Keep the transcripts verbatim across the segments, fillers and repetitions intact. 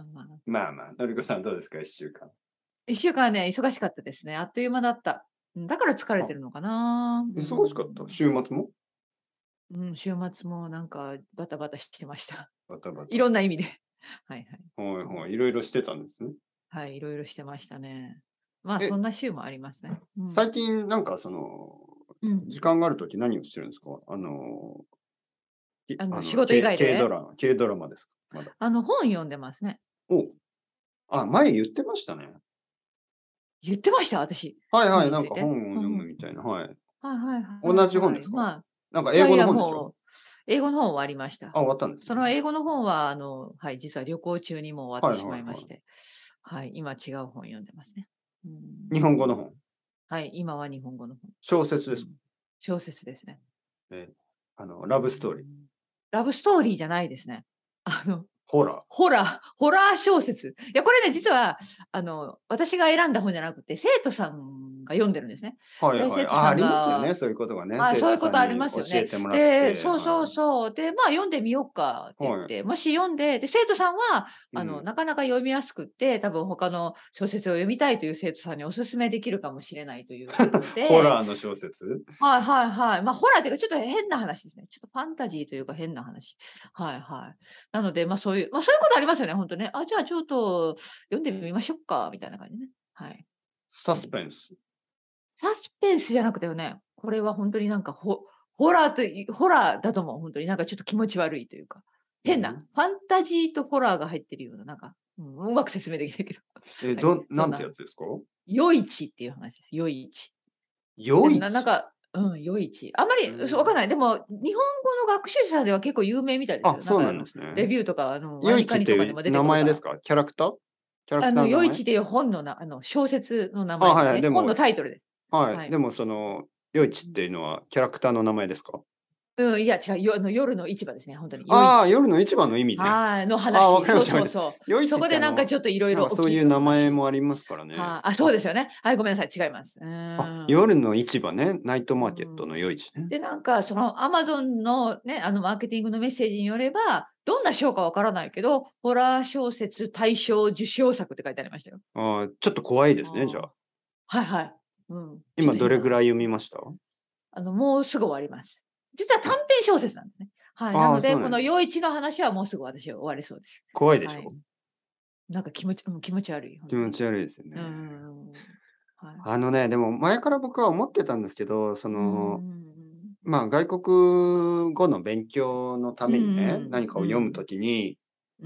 あまあ。 まあまあ、のりこさんどうですか、いっしゅうかん。 いっしゅうかんね、忙しかったですね。あっという間だった。うん、だから疲れあ、 てるのかな。う忙しかった？ ん。 週末も？ うん、週末もなんかバタバタしてました。 バタバいタ。 ろんな意味で。はいはい。 はいうん。 はい、いろいろしてたんですね。 はい、いろいろしてましたね。まあ、そえ、 んな週もありますね。うん。 最近なんかその、 うん。 時間があるとき何をしてるんですか？あの、いあの、 あの、 仕事以け外で、 軽ドラマ軽ドラマですか？まだ。 あの、本読んでますね。 お、あ、前言ってましたね。 言ってました？私、 はいはい、なんか本について。 本を読うんうん。 むみたいな、はい。 はいはい同はいはい。 じ本ですか？ まあ、 なんか英いやいや、 語の本でしょ？ もう、英語の本終わりました。 あ、終わったんですね。 その英語の本は、あの、はい、実は旅行中にもう終わっはいてしはいはい。 まいまして、はい、今違う本読んでますね。う日ん。 本語の本？ はい、今は日本語の本。 小説ですか？ うん。小説ですね。 ええ、あの、 うラブストーリー？ ん。ラブストーリーじゃないですね。あの、 ホラー？ ホラーホラー小説。いや、これね、実は、あの、私が選んだ本じゃなくて、生徒さんが読んでるんですね。で、 はいはい。あ、 生徒さんありますよがね、そういうことがね。 あ、 生そういうことあり徒さんにますよね。 教えてもらっで、 て、 そうそうはい。 そう。で、まあ、読んでみようかって言っはい。 て、もし読んで、で、生徒さんは、あの、 うん。 なかなか読みやすくって、多分他の小説を読みたいという生徒さんにお勧めできるかもしれないということで、 ホラーの小説？ はいはいはい。まあ、ホラーっていうか、ちょっと変な話ですね。ちょっとファンタジーというか変な話。はいはい。なので、ま、そういう、ま、そういうことありますよね、ほんとね。あ、じゃあちょっと読んでみましょっか、みたいな感じね。はい。 サうん。 スペンス？ サスペンスじゃなくてよね、これはほんとになんか、ホホラーといホラーだと思う、ほんとに。なんかちょっと気持ち悪いというか、変な、 ええ。 ファンタジーとホラーが入ってるような、なんか、うん、うまく説明できないけど。 え、 はい、 どなんてそんな、 やつですか？ 夜市っていう話です。夜市。で、ななん夜市？ かうん、夜市。あんまり、そう、わかんへえ。 ない。でも、日本語の学習者さんでは結構有名みたいですあ、 よ。なんそうかあの、 なんですね。 レビューとか、あの、ワ夜ニカ市っていうニとかでも出て名くるから。 前ですか？キャラクター？キャラクあの、 ターの名前？ 夜市っていう本のなあの、小説の名あ、はいはい。 前ですね。本でものタイトルです。 はい。 はい。 でもその、夜市っていうのはキャラクターの名前ですか？ うん、いや、違う、よあの、夜の市場ですね、ほんとに。夜ああ、 市。 夜の市場の意味ね。 はい、のああ、わ話。そうかりましたわかりました。 そうそう。 夜市そこでなんかってあの、 ちょっと色なんかそういう 々お聞きお名前話。 もありますからね。 はあ、あ、そうあ、 ですよね。はい、ごめんなさい、違います。うあ、 ーん。 夜の市場ね、ナイトマーケットのうーん。 夜市ね。 で、なんかそのアマゾンのね、あの、マーケティングのメッセージによれば、どんな賞かわからないけど、ホラー小説大賞受賞作って書いてありましたよ。 ああ、ちょっと怖いですね、じゃああ。 あ。 はいはい。うん、ちょっ今と変だな。 どれぐらい読みました？ あの、もうすぐ終わります。実は短あ、 編小説なんですね。はい。なああ、 ので、 そうなんだ。 この夜市の話はもうすぐ私は終わりそうです。 怖いでしょ？ はい。なんか気持ちうん、気持ち悪い、ほんとに。 気持ち悪いですようーね。 ん。はい。 あのね、でも前から僕は思ってたんですけど、そうんうんうの、 んまあ、外国語の勉強のたうん。うんめにね、 うん、 何かを読むときに、 うん。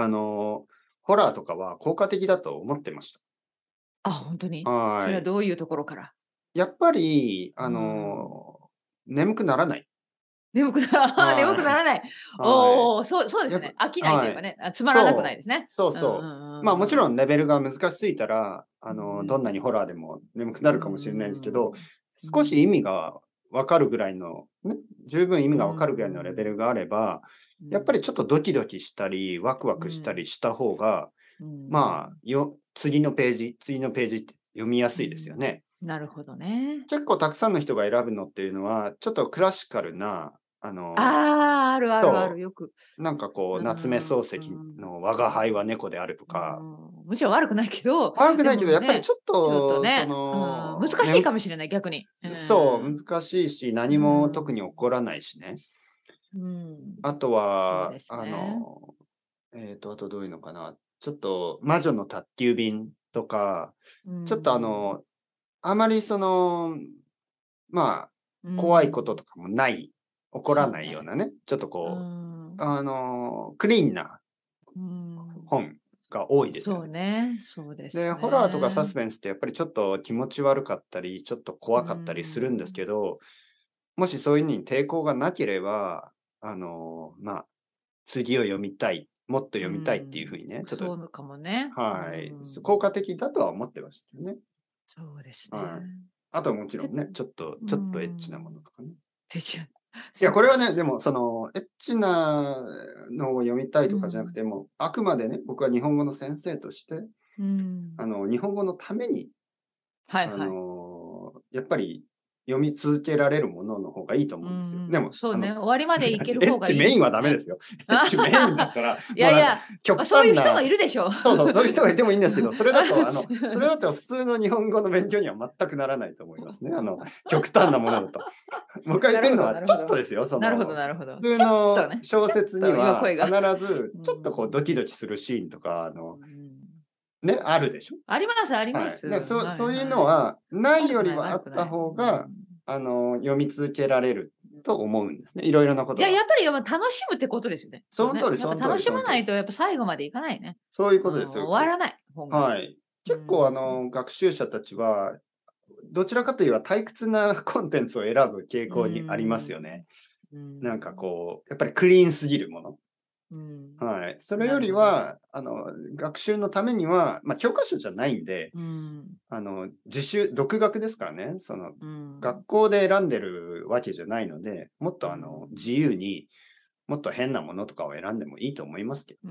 あの、ホラーとかは効果的だと思ってましあ、ほんとた。 に？そはい。 れはどういうところから？ やっぱり、 うーあん。 の、眠くならない。 眠くな眠くなはい。 らない。 はい。 おお、そうそうですやっぱね。飽きないというはい。 かね、あ、つまらなくないそう。 ですね。 そううんうんそう。まあ、もちうんうん。 ろんレベルが難しすぎたら、あうんうの、どんなにん。 ホラーでも眠くなうーるかもしれないんですけど、 ん。う少し意ん。 味が分かるぐらいの、ね、十分意味うーが分かるぐらいのレベルん。 があれば、 うん。 やっぱりちょっとドキドキしたり、ワクワクしたうん。 りした方が、 うまあ、 ん。 よ次のページ次のページって読みやすいですようん。 ね。 なるほどね。 結構たくさんの人が選ぶのっていうのは、ちょっとクラシカルな、あの、 ああ、あるあるある、 そよく。 う、なんかこうう、夏目ーん、 漱う石ん、 の我が輩は猫であるとうか、 ん。もちろん悪くないけど、で悪くないけど、やっぱりもね、 ちょっちょっとと、そね、うん、難の、 しい眠くかもしれない、逆に。うそう、 ん。 難しいし、 う何も特に起ん。 こらないしね。 うん。 あとは、 そうですあね。 の、えっと、あとどういうのかな。ちょっと魔女の宅急便とか、 うちょっとあん。 の、あまりその、まあ、 う怖いことん。 とかもない、起こらそうね。 ないようなね、ちょっとうこう、 ん。 あの、クリーンなうん。 本が多いですよそうね。 ね、そうですで、ホラーとかサね。 スペンスってやっぱりちょっと気持ち悪かったり、ちょっとう怖かったりするんですん。 けど、もしそういうのに抵抗がなければ、あの、まあ、次を読みたい、もっとう読みたいっていう風ん。 にね、ちょっと、 そうかもね。うはい、効ん。 果的だとは思ってましたよね。 そうですね。 はい。あとはもちろけんね、ちょっと、 うちょっとエッチなもん。 のとかね。 できる。 いや、 そっか。 これはね、でもその、エッチなのを読みたいとかじゃなくうん。 ても、あくまでね、僕は日本語の先生として、 うん。 あの、日本語のためにはいあはい。 の、やっぱり読み続けられるものの方がいいとう思うんですよ。でん、 も、 そうね、 あの、 終わりまでいけるエッ方がいいチメインはですもんね。 ダメですよ。エッチメインだったら、 いやいや、 もうなんかま、 極そういう人も端ないるでしょ。 そうそう、そういう人がいてもいいんですけど、それだと、あの、それだと普通の日本語の勉強には全くならないと思いますね。あの、極端なものだと。僕が言ってるのはちょっとですよ、そなるほどの、 なるほど。 普通ちょっとのね、 小説にちょっと今は声が。 必ずうちょっとこうドん。 キドキするシーンとか、あうの、 ん。 ね、あるでしょ。 ありますありまはい。 す。 で、そうはいそういうのはい。 は、ないより悪くないはあった悪くない。 方が、 うん。 あの、読み続けられると思うんですね。いろいろなこいや、 とが。 やっぱり、やま、楽しむってことですよね。そうね。 その通りやっぱその通り楽しまその通り。 ないとやっぱ最後までいかないね。 そういううん、 ことですそういうことです。 終わらない、本が。 はい。 う結構あん。 の、学習者たちは、どちらかといえば退屈なコンテンツを選ぶ傾う向にありますん。 よね。 うなんかん。 こう、やっぱりクリーンすぎるもの。 うん。 はい。それよなるほど。 りは、あの、学習のためには、ま、教科書じゃないんで、 うん。 あの、自習独学ですからね。その、 うん。 学校で選んでるわけじゃないので、もっうとあの、 ん。 自由に、もっと変なものとかを選んでもいいと思いますけど。 うん、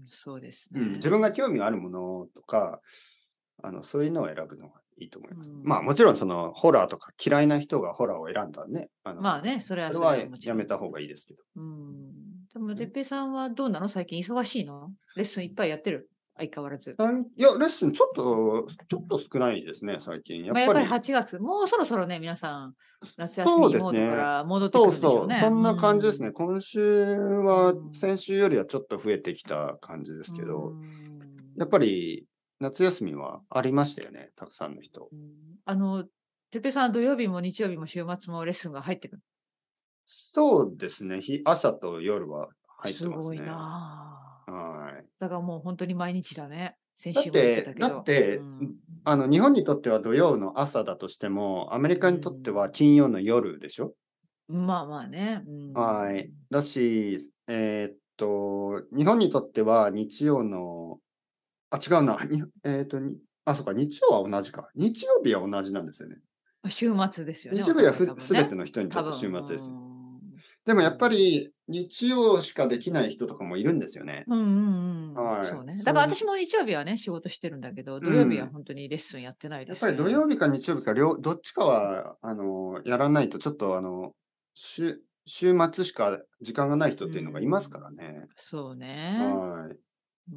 そうですうん、自分がね。 興味があるものとか、あの、そういうのを選ぶのがいいと思ういます。まあ、もん。 ちろんその、ホラーとか嫌いな人がホラーを選んだらね、あの、 まあね、それはそれそれははもちろん。 やめた方がいいですけど。 うん。でも、 うん。 哲平さんはどうなの？最近忙しいの？レッスンいっぱいやってる？相変わらず。 さんいや、レッスンちょっとちょっと少ないですね、最近。やま、やっぱりっぱりはちがつ、もうそろそろね、皆さん、夏休そうみモードかですね。 ら戻ってくるんでしょそうそう、そうね。うんな感じですね。 ん。 今週うはん。 先週よりはちょっと増えてきた感じでうすけど、やっん。 ぱり夏休みはありましたよね、たくさんの人。 うん。あの、哲平さんは土曜日も日曜日も週末もレッスンが入ってる？ そうですね、ひ朝と夜は入ってすごいますね。 な。 はい。 だからもうほんとに毎日だね。先だっ週も言っててだったけど。うて、ん、 ん。 あの、日本にとっては土曜の朝だとしても、アメリうカにとってはん。 金曜の夜でしょ？ まあまあね。うはい。 ん。 だし、えっと、日本にとっては日曜のあ、違うな。にえっと、にあ、そっか、日曜は同じか。日曜日は同じなんですよね。 ま、週末ですよね、お互い日曜日はふ多分ね。 全ての人にとって多分、う週末ですね。 ーん。 でもやっぱうん。 り、日曜しかできない人とかもいるんですよね。 うんうんうん。 はい。 そうね。だそういうから私も日曜日はね、仕事してるんだけど、 う土曜日はん。 ほんとにレッスンやってないでやっぱり土すね。 曜日か日曜日か、りょうどっちかは、あの、やらないとちょっと、あの、しゅ週末しか時間がない人うっていうのがいますからん。 ね。 そうね。 はい。 うん。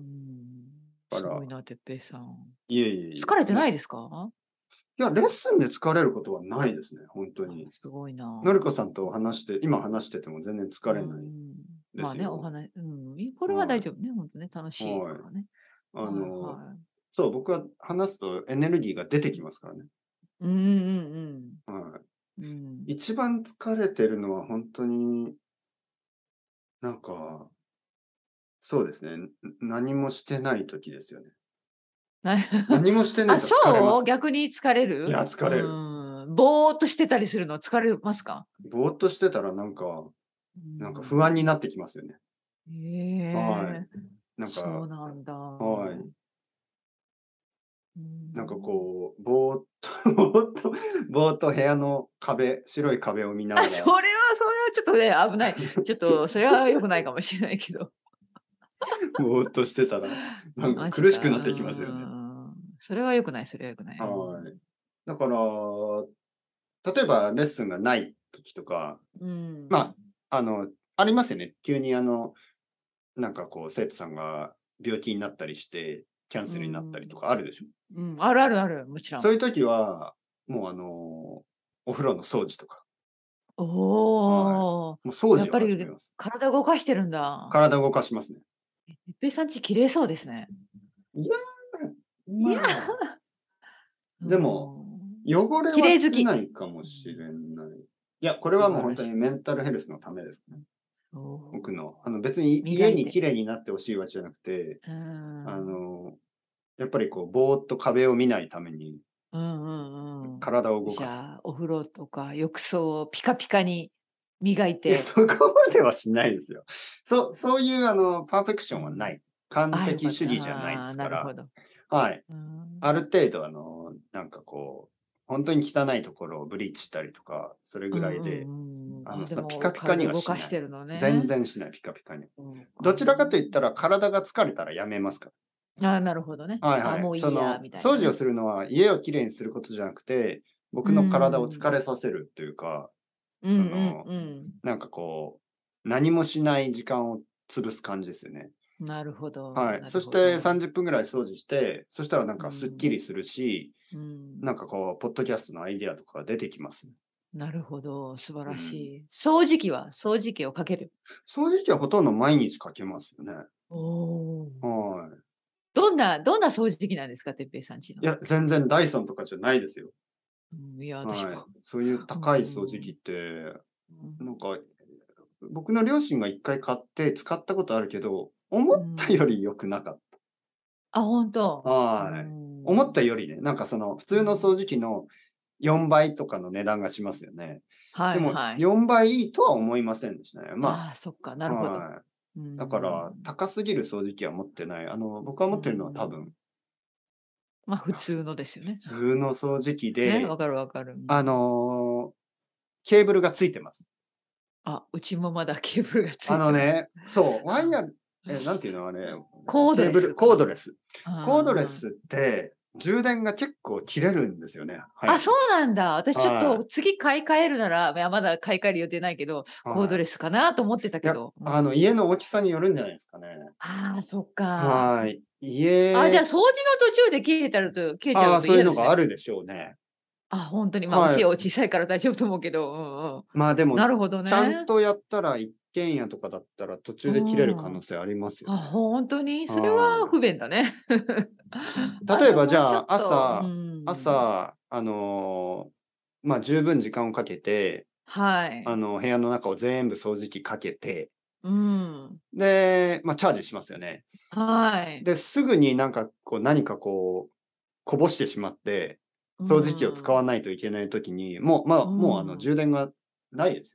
だから、 すごいな、哲平さん。 いえいえいえ、もう、 疲れてないですか？ いや、レッスンで疲れることはないですね、ほんとあ、 に。 すごいな。 のりこさんと話して今話してても全然う疲れないん。まあね、おですよ。 話うん、いこれははい。 大丈夫ね、ほんとね、楽しいかはい。 らね。 あはいの、 はい。 そう、僕は話すとエネルギーが出てきますからね。 うんうんうんはうん。うん。 い。一番疲れてるのはほんとになんか、そうですね、ん何もしてない時ですよね。何もしてなあ、 いと疲れまそう？ す。 逆に疲れる？ いや、 う疲れる。 ーん。ぼーっとしてたりするの疲れますか？ ぼーっとしてたらなんかうなんか不ん。 安になってきますよね。はへえ、 い。なんかそうなんだ。 はい。 うなんかん。 こう、ぼーっとぼーっとぼーっと部屋の壁白い壁を見なあ、 がら、 それはそれはちょっとね、危ない。ちょっとそれは良くないかもしれないけど。 ぼーっとしてたら、なんかあ、ちょっと、う苦しくなってきますよね。 ーん。それは良くないそれは良くない。うん。 はい。だから、例えばレッスンがない時とか、 うん。 まあ、あの、ありますよね。急にあの、なんかこう生徒さんが病気になったりして、キャンうセルになったりとん。 かあるでしょ。 うん、あるあるある、もちろん。 そういう時は、もうあの、お風呂の掃除とか、はい。 おお、 もう掃除をやっぱり始めます。 体動かしてるんだ。 体動かしますね。 一平さんち綺麗そうですね。 いや、 いや。 まあ、 うでも、 ん。 汚れ綺は少な麗好き。 いかもうん、 しれない。いや、これはもう素晴らしい。 本当にメンタルヘルスのためですね。 おお、 僕の。あの別に磨いて。 家に綺麗になって欲しいわけじゃなくて、 うーあん。 の、やっぱりこう、ぼーっと壁を見ないために、 うんうんうん。 体を動かす。 じゃあ、お風呂とか浴槽をピカピカに磨いいや、 て。 そこまではしないですよ。そうそういうあの、パーフェクシうん。 ョンはない。完ああ、よ璧かった。 主義じゃないでああ、 すから。 なるほど。 はい。 うーん。 ある程度あの、なんかこう、本当に汚いところをブリーチしたりとか、それうんうぐらいで、 んうん。あ、 あの、さピカでもピカに体動はしない。 かしてるの全ね。 然しない、ピカピカに。 そうか。 どちらかと言ったら体が疲れたらやめますかああ、なるほどね。 ら。はいあ、 はい。 もういいやその、掃除をみたいなね。 するのは家をきれいにすることじゃなくて、 僕の体を疲れさせるっていうか、 うんうんその、 うん。 なんかこう、何もしない時間を潰す感じですよね。 なるほど、 はい。 なるそしてほど。 さんじゅっぷんぐらい掃除して、そしたらなんうかすっきん。 りするし、 うん。 なんかこう、ポッドキャストのアイディアとかが出てきますね。 なるほど、素晴うん。 らしい。掃除機は？掃除機をかける？ 掃除機はほとんど毎日かけますよね。 おお。 はい。 どんなどんな掃除機なんですか？哲平さんちの。 いや、全然ダイソンとかじゃないですよ。 うん、いや、私はい。 も。 そういうう高い掃除機ん。 って、 うん。 なんか、僕の両親が一回買って使ったことあるけど、思うったよん。 り良くなかっあ、本当。 た。 うはい。思ったん。 よりね、なんかその普通のうん。 掃除機のよんばいとかの値段がしますよね。 はでもいはい。 よんばいとは思いませんでしたね。まああ、そっか、なあ、 るほど。 はい。 うだかん。 ら、高すぎる掃除機は持ってない。あの、僕がう持ってるのは多ん。 分、 ま、普あ、ふ通のですよね。 普通の掃除機ね、 で、 わかるわかる。うあん。 の、ケーブルがついてます。 あ、うちもまだケーブルがつあいてます。 のね、そう、ワイヤえ、なんていうのあれ、 コードレケーブル、 スかな。 コードレス。コードレああ。 スって充電が結構切れるんですよね、 あ、 早く。 そうなんだ。私ちょっとはい。 次買い替えるなら、いや、まだ買い替える予定ないけど、コードはい。 レスかなと思ってたいや、 けど。うあの、 ん。 家の大きさによるんじゃないですかね。 ああ、そっか。 はい。 あ、じゃあ家掃除の途中で切れたると切れちゃああ、 うとそういう嫌ですね。 のがあるでしょうね。 あ、ほんとに、ま、うはい。 ちは小さいから大丈夫と思うけど、うんうん。 まあ、でも、 なるほどちゃんね。 とやったら一軒家とかだったら途う中で切れる可ん。 能性ありますよあ、 ね。 ほんとに？それははい。 不便だね。あ例えともうちょばじゃあ、 っと、う朝ん。 朝、あの、ま、十分時間をかけて、 はい。 あの、部屋の中を全部掃除機かけて、 うん。 で、ま、チャージしますよね。 はい。 で、すぐになんかこう、何かこう、こぼしてしまって、 う掃除機を使わん。 ないといけない時に、もう、まうあ、もう、あの、 ん。 充電がないですよ。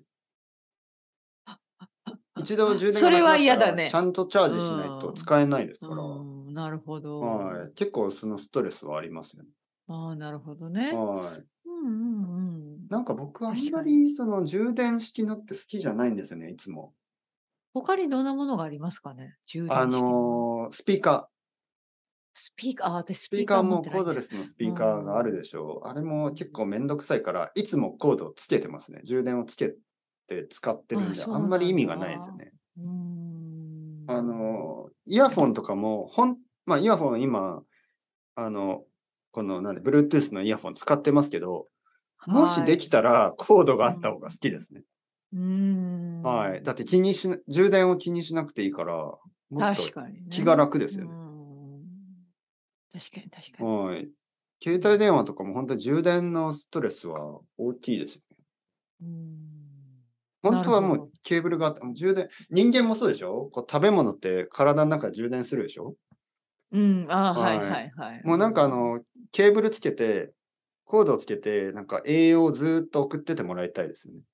一度充電がなくそれはなったら、ち嫌だね。 ゃんとチャーうジしないとん。 使えないですうから、 ん、なるほど。 はい。結構そのストレスはありますよね。 ああ、なるほどね。 はい。 うんうんうん。 なんか僕あんま確かに。 りその充電式のって好きじゃないんですよね、いつも。 他にどんなものがありますかね？充あ電式のもの。 の、スピーカー。 スピーカー、あ、私ススピーピーカー持っカーもコーてないんだよ。 ドレスのスうピーカーがあるん。 でしょう。あれも結構めんどくさいから、いつもコードをつけてますね。充電をつけて使ってるあ、 んで、あんまりそうなんだ。 意味がないですよね。 うーあん。 の、イヤフォンとかも、ほんまあ、イヤフォン今、あの、このなんで、Bluetooth のイヤフォン使ってますけど、もしできはい。 たらコードがあうん。 った方が好きですね。 うーはい。だん。 って気にしな充電を気にしなくていいから、もっと確かに気がね。うー楽ですよね。 ん。確かに確かに。 はい。携帯電話うん。 とかも本当に充電のストレスは大きいですよね。 うーん。 本当はもうなるほど。 ケーブルがあって、充電人間もそうでしょ？こう食べ物って体の中で充電するでしょ？ うん、ああ、はいはい。 はいはい。 もうなんかあうん。 の、ケーブルつけて、コードをつけて、なんか栄養をずーっと送っててもらいたいですよね。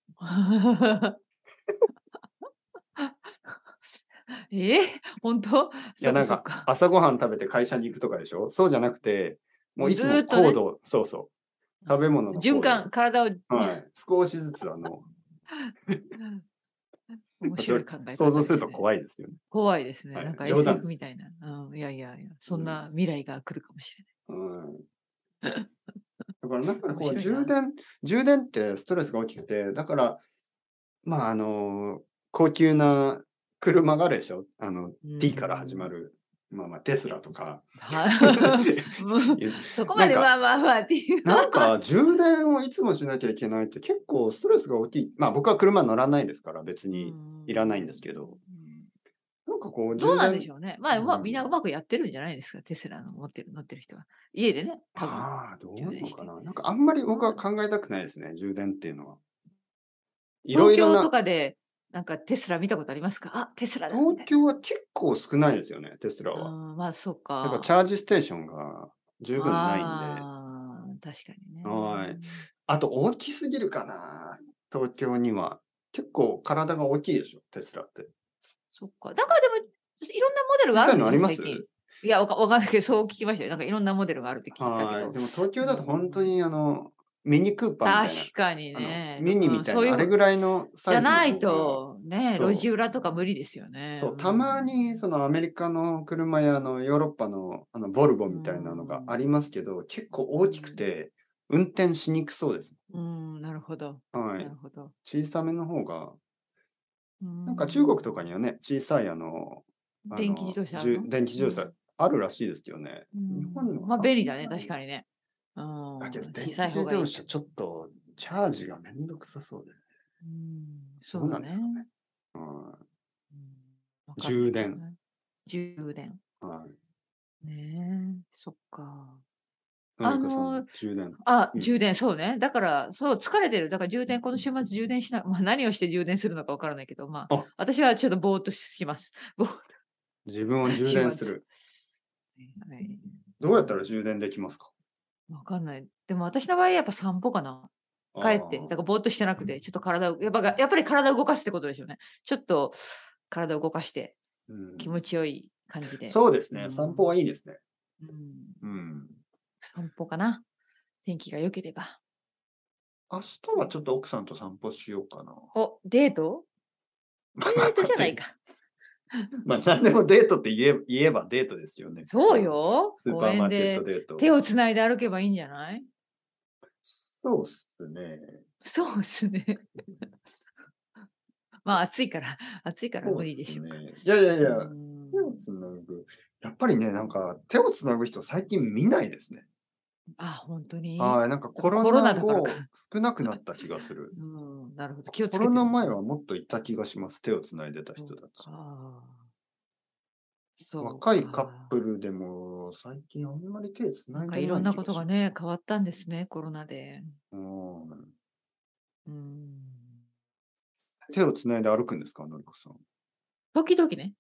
ええ、本当？ いや、 そっかなんか、 そっか。 朝ごはん食べて会社に行くとかでしょ？そうじゃなくて、ももうずういつもーっとね、 コードそうそう、食べ物うん、 のコードを循環、体をね、 はい、少しずつあの、 面ま、ちょ白い考え想像すると方ですね。 怖いですよね。 怖いですね。 はい、 なんか冗エスエフ談ですよ。 みたいな。うん、いやいやいや、そんうん、 な未来が来るかもしれない。 うん。だからなんかこう面白いな。 充電充電ってストレスが大きくて、だから、まあ、あの、高級な車があるでしょ？あの、 うー T から始まん。 る、まあまあ、テスラとか。 はい。もう、 ゆそこまでまなんかあまあまあっていう。 なんか充電をいつもしなきゃいけないって結構ストレスが大きい。まあ、僕は車乗らないですから別うんうにいらないんでんすけど、 うん。 なんかこうどうなんで充電しょうね。まあ、うまみんうん。 なうまくやってるんじゃないですか、テスラの持ってる乗ってる人は。家でね、多分ああ、どう充電して。 なのかな。なんかあんまり僕はまあ、 考えたくないですね、充電っていうのは。いろ東京といろなかで、なんかテスラ見たことありますか？あ、テスラだみたい東京は結構少ないですよね、テスラな。 は。 ああ、まあ、そっやっぱチャか。 ージステーションが十分ないんで、 ああ、確かにはい。 ね。 あと大きすぎるかな、東京には。結構体が大きいでしょ、テスラって。 そっか。だからでも、いろんなモデル小さいがあるんでしょ、 のあります？ 最近。いや、わかわかんないけど、そう聞きましたよ。なんかいろんなモデルがあるって聞いたけはい。 ど。 でも東京うだと本当ん。 にあの、ミニクーパーみたいな、 確かにあの、 ね。 ミニうん、 みたいな、あれそういうぐらいのサイズのじゃない方が、 と、ね、路地そう、 裏とか無理ですよね。 そう、 うたまにん。 そのアメリカの車やあのヨーロッパのあのボルボうみたいなのがん。 ありますけど、結構大きくうん。 て、 運転しにくそうです。 うーん、なるほど。 は。 ないるほど。 小さめの方がうーなんか中国とかん。 にはね、小さいあのあ電気自の、じゅ動車あるの？ 電気自動車うん。 あるらしいですけどね。 うー日本ん、ま、 のはあん便利だね、 まり確かにね。うーだけど、 ん、小電気さい方自動車ちょがいいって。 っとチャージがめんどくさそうで。 うーん、 どうそうだね。 なんですかね。はい。 うん、わかんない充電。 けどね。充電。 はい。 ねえ、そっか。 のりこさん、 あの、 充電。 あ、 うん。 充電、そうね。だから、そう、疲れてる。だから充電この週末充電しなま、何をして充電するのかわからないけど、まあ、 あ。 私はちょっとぼーっとします。ぼーっと。 自分を充週末。 電する。 はい。 どうやったら充電できますか？ わかんない。でも私の場合やっぱ散歩かな。 あ帰って、だからあ。 ぼーっとしてなくて、ちょっと体をやっぱがやっぱり体を動かすってことでしょうね。ちょっと体を動かして、 うん。 気持ちよい感じで。うーそうですね、散歩ん。 はいいですね。 うん。 うん。 散歩かな。天気が良ければ。 明日はちょっと奥さんと散歩しようかな。 お、デート？ ま、 デートまあ、でじゃないか。 ま、なんでもデートって言え言えばデートですよね。 そううん。 よ。 スー公パーマーケット園でデート。 手を繋いで歩けばいいんじゃない？ そうっすね。 そうっすね。まあ、暑いから暑いから無そうっ理でしょうか。 すね。いやいやいうーや、手をん。 繋ぐやっぱりね、なんか手を繋ぐ人最近見ないですね。 あ、ほんとに？ はい、なんかコロやっぱコロナ後、 ナだからか。 少なくなった気がする。 うーん、なるほど、気をつコロナけてるのかな。 前はもっといた気がします。手を繋いでたそっ人たち。 か。そう若いカッか。 プルでも、最近あんまり手なん繋いでないかいろんな気がします。 ことがね、変わったんですね、コロナで。 うーん。 うーん。 手を繋いで歩くんですか？のりこさん。 時々ね。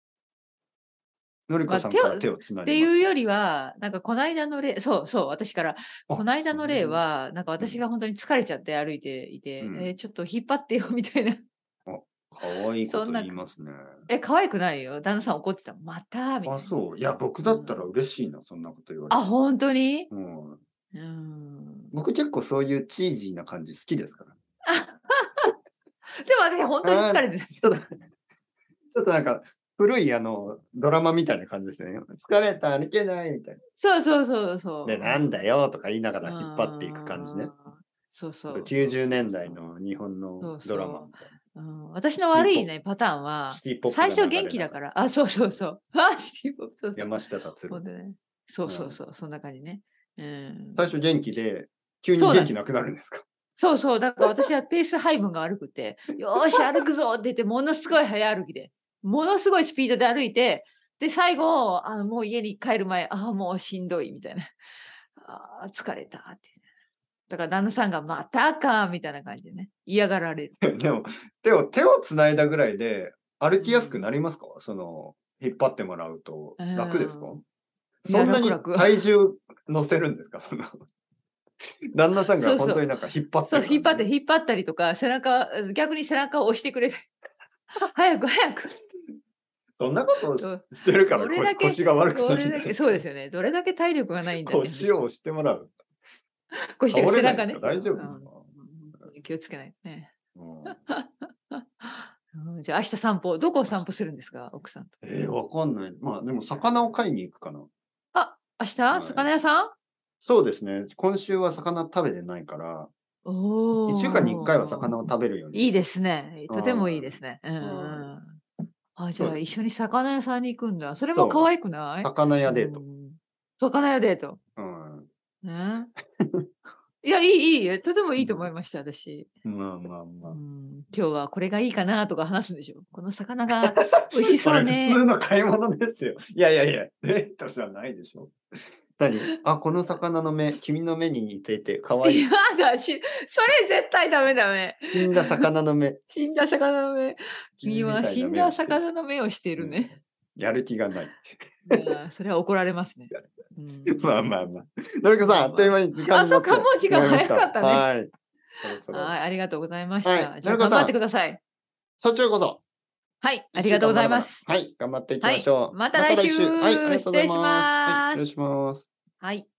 ま、 のりこさん手をっから手を繋いでますか？ ていうよりは、なんかこないだの例そうそう、私から。こあ、 ないだの例そういうは、なんかうん。 私がほんとに疲れちゃって歩いていて、え、 うん。 ちょっと引っ張ってよみたいな。 あ、可愛いこと言いそんなかますね。 え、可愛くないよ。旦那さん怒ってた。またみあ、 たいな。 そう。いや、僕だったらうん。 嬉しいな、そんなこと言われあ、 たら。 ほんとに？ うん。 うーん。 僕結構そういうチージーな感じ好きですから。 でも私ほんとにああ、 疲れてたし。 ちょっとちょっとなんか、古いあの、ドラマみたいな感じですね。疲れた、歩けないみたいな。 そうそうそうで、 そう。 なんだよとか言いながうん。うら引っ張っていく感じね。 ーん。そうなんかそうそう 90年そうそう。 代の日本のそうドラマそみたいな。 う。うん、私のシティポ悪いね、パターンは、 シティポップが最初元流れながら。 気だからあ、そうそうそう。あ、シティポップ、そうそう。 山下達郎。 ほんとね。そううん。 そうそう、そんな感じね。うーん。 最初元気で、急にそうなんです。 元気なくなるんですか？ そうそう、だから私はペース配分が悪くて、よし、歩くぞって言って、ものすごい早歩きで、ものすごいスピードで歩いて、で、最後、あの、もう家に帰る前、ああ、もうしんどいみたいな。ああ、疲れたって。だから旦那さんがまたかみたいな感じでね、嫌がられる。 でも、手を手を繋いだぐらいで、歩うきやすくなん。 りますか？その、引っ張ってもらうとう楽ですか？ ーん。いや、 そんなに楽々。 体重乗せるんですか？その、旦那さんがそうそう。 ほんとになんか引っ張ってそう、 る感じ？ 引っ張って引っ張ったりとか、背中逆に背中を押してくれて、早く早く。 そんなことをしどしてるから、こしどれだけ腰が悪くどれだけなるんだ。 そうですよね。どれだけ体力がないんだって話。 腰を押してもらう。 腰が倒れないですか？ 背中ね。 大丈夫うん、 ですか？ 気をつけないとね。 うん。 うん、じゃあ明日散歩、どこを散歩するんですか？奥さんと。 ええ、わかんない。まあ、でも魚を買いに行くかな。 あ、明日？ はい。 魚屋さん？ そうですね。今週は魚食べてないから、いっしゅうかんにいっかいはおお。 魚を食べるように。 いいですね。とてもいいはい。 ですね。うんはい。 うん。あ、じゃあ一そうですね。 緒に魚屋さんに行くんだ。それも可そう、 愛くない？ 魚う屋デート。 ん。魚屋デート。 うん。 ね。いや、いいいいえ、とてもいいと思いうん。 ました、私。 まあまあうまあ。 ん、今日はこれがいいかなとか話すんでしょ。この魚が美味しそれ普そうね。 通の買い物ですよ。いやいやいや、デートじゃないでしょ。何？あ、この魚の目、君の目に似ていて可愛い。 やだ、しそれ絶対ダメダメ。 死んだ魚の目。 死んだ魚の目。君君みたいなは死ん目をしている。 だ魚の目をしていうん。 るね。 やる気がない。 いや、それは怒られますね。うまあん。 まあまあ。のりこさん、あっというまあま間に時あ。あ、そっか、も間になってう時間早しまいました。 かったね。 はい。そろそろ。 はい、ありがとうございましはい、 た。じゃあ頑張ってのりこさん。 ください。 そちらこそ。 はい、あり 1週がとうご間まだまだ、 ざいます。 はい、頑張っていきはい、 ましょう。またまた来週、 来週。はい、ありがとうござい失礼します。はい、失礼します。 ます。 はい。